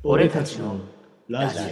俺たちのラジオ。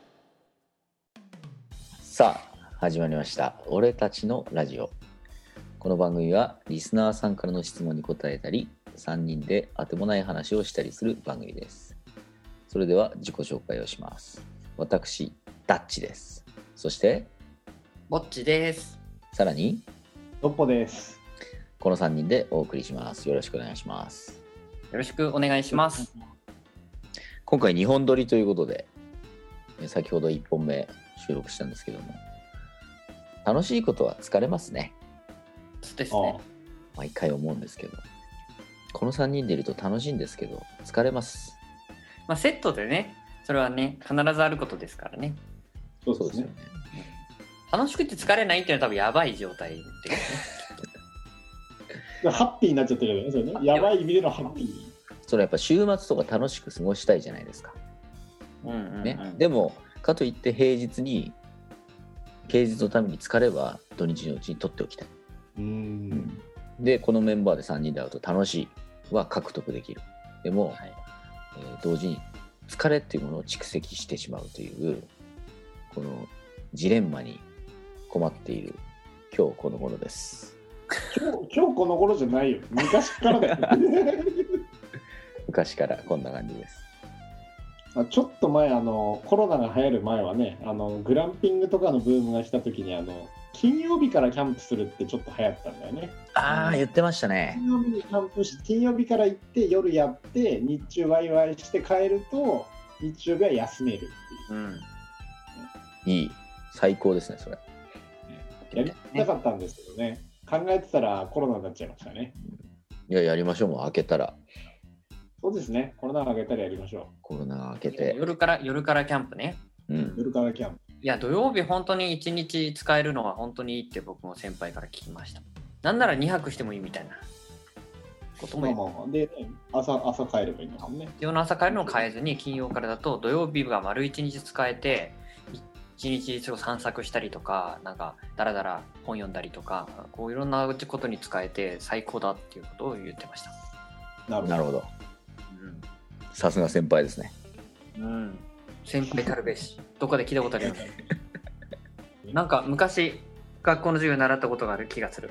さあ始まりました俺たちのラジオ。この番組はリスナーさんからの質問に答えたり3人であてもない話をしたりする番組です。それでは自己紹介をします。私ダッチです。そしてぼっちです。 さらにトッポです。 この3人でお送りします。よろしくお願いします。 よろしくお願いします。 今回2本撮りということで、先ほど1本目収録したんですけども、楽しいことは疲れますね。 そうですね。 毎回思うんですけど、この3人でいると楽しいんですけど疲れます。 まあセットでね、それはね必ずあることですからね。 そうですね。 楽しくて疲れないっていうのは多分やばい状態っていうね。 ハッピーになっちゃってるよね。それね。やばい意味でのハッピー。 それやっぱ週末とか楽しく過ごしたいじゃないですか。ね。でもかといって平日のために疲れは土日のうちに取っておきたい。でこのメンバーで3人で会うと楽しいは獲得できる。でも、同時に疲れっていうものを蓄積してしまうというこのジレンマに困っている今日この頃です。 今日この頃じゃないよ。昔からだよ。 昔からこんな感じです。 ちょっと前コロナが流行る前はね、グランピングとかのブームが来た時に金曜日からキャンプするってちょっと流行ったんだよね。 言ってましたね。 金曜日にキャンプして金曜日から行って夜やって日中ワイワイして帰ると日曜日は休めるっていう、 いい最高ですねそれ。 やりたかったんですけどね、考えてたらコロナになっちゃいましたね。 いややりましょう。もう開けたら。 そうですね。コロナが明けたらやりましょう。 コロナが明けて夜からキャンプね。 夜からキャンプ。 いや土曜日本当に1日使えるのは本当にいいって僕も先輩から聞きました。なんなら2泊してもいいみたいなこともで、朝帰ればいいのかもね。 夜の朝帰るのを変えずに金曜からだと土曜日が丸1日使えて1日散策したりとかなんかだらだら本読んだりとかこういろんなことに使えて最高だっていうことを言ってました。 なるほど。さすが先輩ですね。 先輩たるべし。どこで聞いたことありますなんか昔学校の授業で習ったことがある気がする。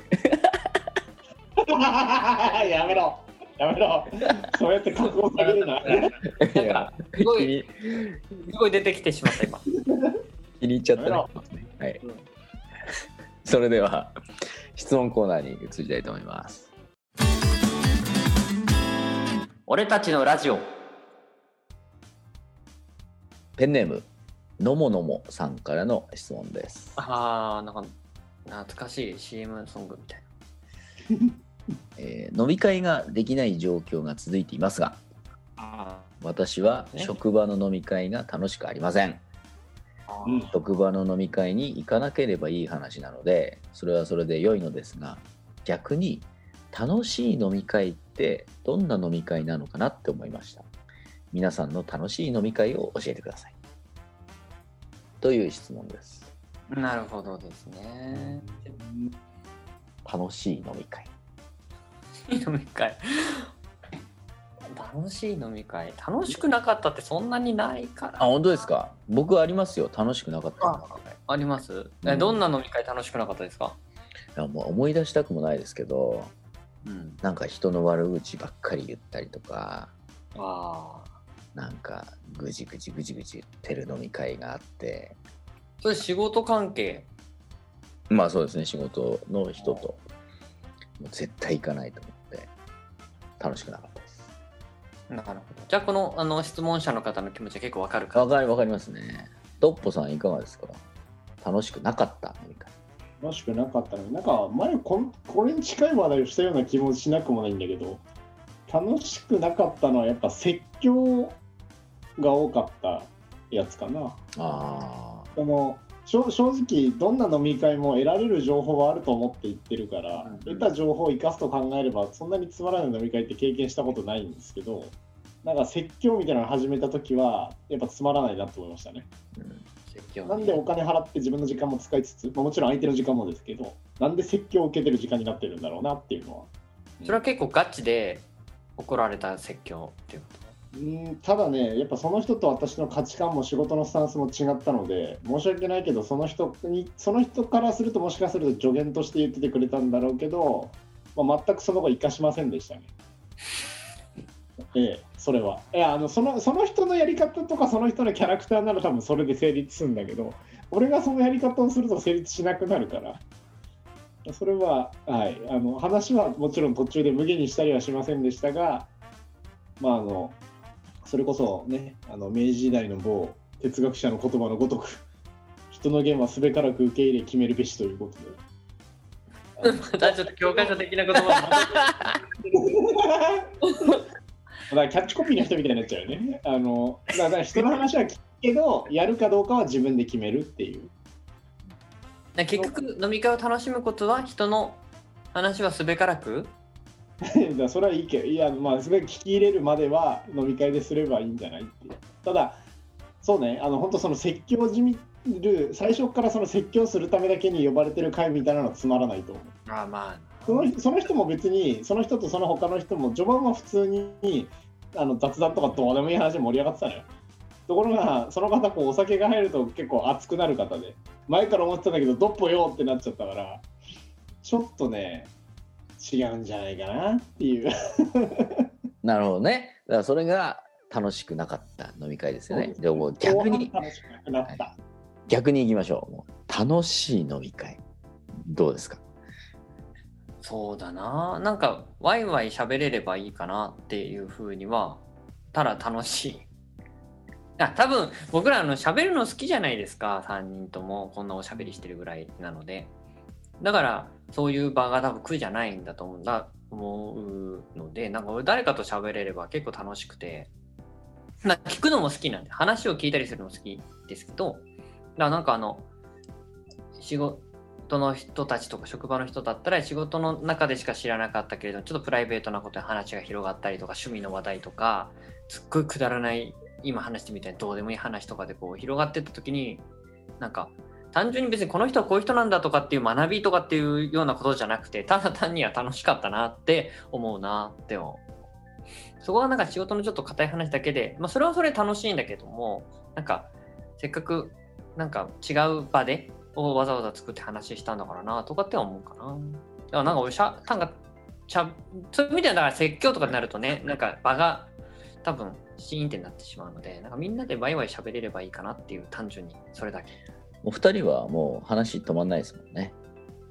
やめろそうやって覚悟下げるな。 すごい出てきてしまった今。 気に入っちゃったね。はい。それでは質問コーナーに移りたいと思います。 俺たちのラジオ。 ペンネームのものもさんからの質問です。 なんか懐かしい CM ソングみたいな、飲み会ができない状況が続いていますが、私は職場の飲み会が楽しくありません。職場の飲み会に行かなければいい話なのでそれはそれで良いのですが、逆に楽しい飲み会ってどんな飲み会なのかなって思いました。皆さんの楽しい飲み会を教えてくださいという質問です。 なるほどですね。 楽しい飲み会楽しい飲み会楽しくなかったってそんなにないから。 本当ですか。僕ありますよ。楽しくなかったあります、どんな飲み会楽しくなかったですか。 いやもう思い出したくもないですけど、なんか人の悪口ばっかり言ったりとか、なんかぐじぐじ言ってる飲み会があって。 それ仕事関係？ まあそうですね。仕事の人ともう絶対行かないと思って楽しくなかったです。 なるほど。じゃあこの質問者の方の気持ちは結構わかるか。 わかりますね。トッポさんいかがですか。楽しくなかった飲み会。 楽しくなかったのになんか前これに近い話題をしたような気もしなくもないんだけど、楽しくなかったのはやっぱ説教が多かったやつかな。正直どんな飲み会も得られる情報はあると思って言ってるから、得た情報を生かすと考えればそんなにつまらない飲み会って経験したことないんですけど、なんか説教みたいなのを始めた時はやっぱつまらないなと思いましたね。なんでお金払って自分の時間も使いつつ、もちろん相手の時間もですけど、なんで説教を受けてる時間になってるんだろうなっていうのは。 それは結構ガチで怒られた説教っていうこただね、やっぱその人と私の価値観も仕事のスタンスも違ったので、申し訳ないけど、その人からするともしかすると助言として言っててくれたんだろうけど、全くその後生かしませんでしたね。それは。その人のやり方とかその人のキャラクターなら多分それで成立するんだけど、俺がそのやり方をすると成立しなくなるから、それは、話はもちろん途中で無限にしたりはしませんでしたが、それこそね、明治時代の某哲学者の言葉のごとく、人の言はすべからく受け入れ決めるべしということで。 またちょっと教科書的な言葉だからキャッチコピーの人みたいになっちゃうよね。だから人の話は聞くけど、やるかどうかは自分で決めるっていう。 結局飲み会を楽しむことは人の話はすべからくだそれはいいけど、いやすごい聞き入れるまでは飲み会ですればいいんじゃないっていう。ただそうね、本当その説教じみる最初からその説教するためだけに呼ばれてる会みたいなのはつまらないと思う。その人も別にその人とその他の人も序盤は普通に雑談とかどうでもいい話で盛り上がってたのよ。ところがその方お酒が入ると結構熱くなる方で、前から思ってたんだけどどっぽよってなっちゃったから、ちょっとね違うんじゃないかなっていうなるほどね。だからそれが楽しくなかった飲み会ですよね。でも逆に楽しくなくなった、 逆に行きましょう。もう楽しい飲み会どうですか？ そうだな、なんかワイワイ喋れればいいかなっていうふうには、ただ楽しい。多分僕ら喋るの好きじゃないですか、3人ともこんなおしゃべりしてるぐらいなので、だからそういう場が多分苦じゃないんだと思うので、なんか俺誰かと喋れれば結構楽しくて、聞くのも好きなんで、話を聞いたりするのも好きですけど、だからなんか仕事の人たちとか職場の人だったら仕事の中でしか知らなかったけれど、ちょっとプライベートなことで話が広がったりとか、趣味の話題とかすっごいくだらない今話してみたいなどうでもいい話とかで広がってった時に、なんか単純に別にこの人はこういう人なんだとかっていう学びとかっていうようなことじゃなくて、ただ単には楽しかったなって思うなって思う。そこはなんか仕事のちょっと硬い話だけで、それはそれ楽しいんだけども、なんかせっかくなんか違う場でをわざわざ作って話したんだからなとかって思うかな。だからなんか俺そういう意味ではだから説教とかになるとね、なんか場が多分シーンってなってしまうので、なんかみんなでワイワイ喋れればいいかなっていう、単純にそれだけ。 お二人はもう話止まんないですもんね。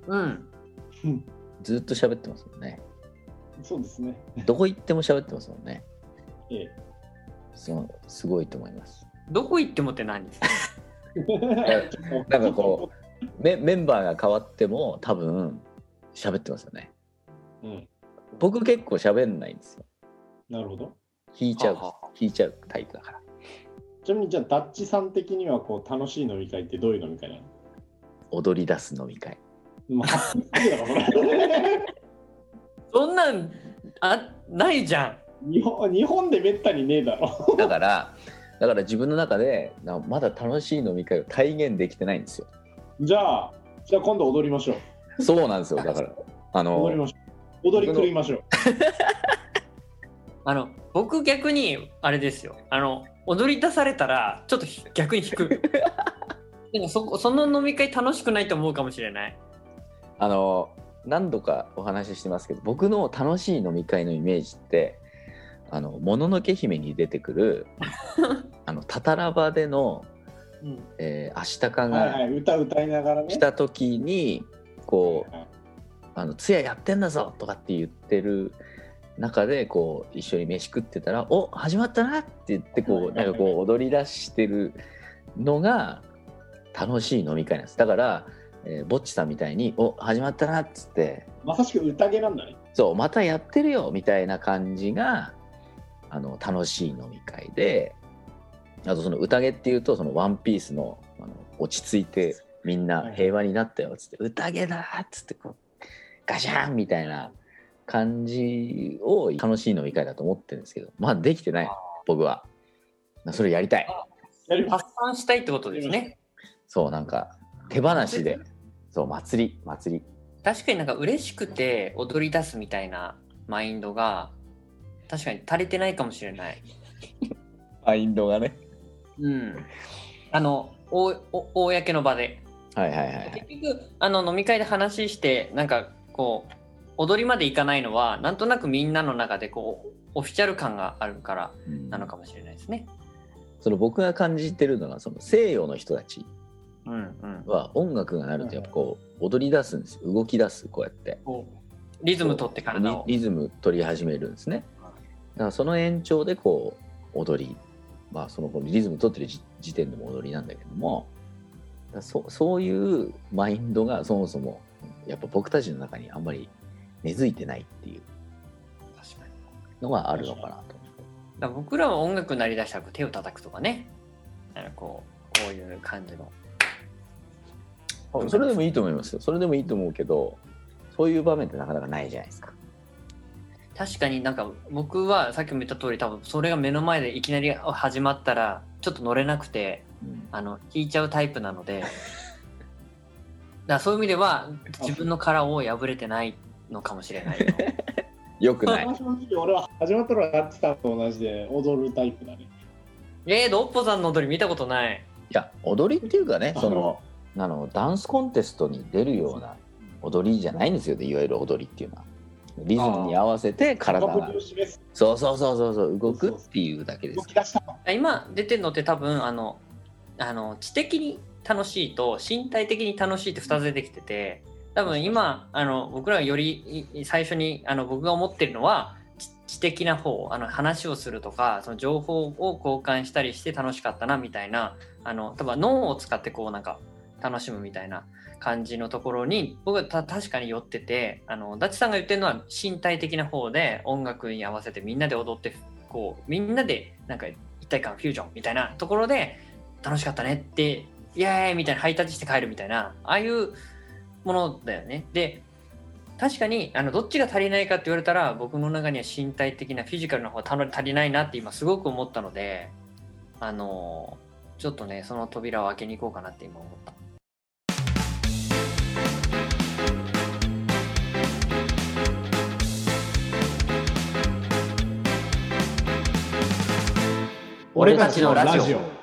ずっと喋ってますもんね。 そうですね。 どこ行っても喋ってますもんね。 そうすごいと思います。 どこ行ってもって何？ なんかメンバーが変わっても多分喋ってますよね。僕結構喋んないんですよ。 なるほど。 引いちゃうタイプだから。 ちなみにじゃあダッチさん的には楽しい飲み会ってどういう飲み会なの？ 踊り出す飲み会。 そんなんないじゃん。日本でめったにねえだろ。 だから自分の中でまだ楽しい飲み会を体現できてないんですよ。 じゃあ今度踊りましょう。そうなんですよ。だから踊りましょう。踊り狂いましょう。 僕逆にあれですよ。踊り出されたらちょっと逆に引く。でもその飲み会楽しくないと思うかもしれない。 何度かお話ししてますけど、僕の楽しい飲み会のイメージってもののけ姫に出てくるタタラバでの、アシタカが歌いながらね来た時に通夜やってんだぞとかって言ってる中で一緒に飯食ってたら「お始まったな」って言ってなんか踊り出してるのが楽しい飲み会なんです。だからぼっちさんみたいに「お始まったな」っつってまさしく宴なんだね。 そうまたやってるよみたいな感じが楽しい飲み会で、あとその宴っていうとそのワンピースの落ち着いてみんな平和になったよっつって宴だっつってガシャンみたいな感じを楽しい飲み会だと思ってるんですけど、まあできてない僕は。それやりたい。 発散したいってことですね。 そうなんか手放しでそう祭り確かになんか嬉しくて踊り出すみたいなマインドが確かに足りてないかもしれない。 マインドがね。 うん。公の場で。 はいはいはい、はい。 結局飲み会で話してなんかこう踊りまでいかないのはなんとなくみんなの中でこうオフィシャル感があるからなのかもしれないですね。 その僕が感じてるのはその西洋の人たちは音楽が鳴るとやっぱこう踊り出すんですよ。動き出すこうやってリズム取って体をリズム取り始めるんですね。だからその延長でこう踊り、まあそのリズム取ってる時点でも踊りなんだけども、そういうマインドがそもそもやっぱ僕たちの中にあんまり根付いてないっていうのがあるのかなと。 だ僕らは音楽鳴り出したら手を叩くとかね、こういう感じの。 それでもいいと思いますよ。それでもいいと思うけど、そういう場面ってなかなかないじゃないですか。 確かになんか僕はさっきも言った通り多分それが目の前でいきなり始まったらちょっと乗れなくて、弾いちゃうタイプなのでだからそういう意味では自分の殻を破れてないのかもしれないよくない。 正直俺は始まったらやってたのと同じで踊るタイプだね。 ドッポさんの踊り見たことない。 いや踊りっていうかね、そのダンスコンテストに出るような踊りじゃないんですよね。いわゆる踊りっていうのはリズムに合わせて体がそう動くっていうだけです。 今出てるのって多分知的に楽しいと身体的に楽しいって2つ出てきてて、多分今僕らがより最初に僕が思ってるのは知的な方、話をするとかその情報を交換したりして楽しかったなみたいな、多分脳を使ってこうなんか楽しむみたいな感じのところに僕は確かに寄ってて、ダチさんが言ってるのは身体的な方で音楽に合わせてみんなで踊ってこうみんなでなんか一体感フュージョンみたいなところで楽しかったねってイエーイみたいなハイタッチして帰るみたいなああいうものだよね。で確かにどっちが足りないかって言われたら僕の中には身体的なフィジカルの方が足りないなって今すごく思ったのでちょっとねその扉を開けに行こうかなって今思った。俺たちのラジオ。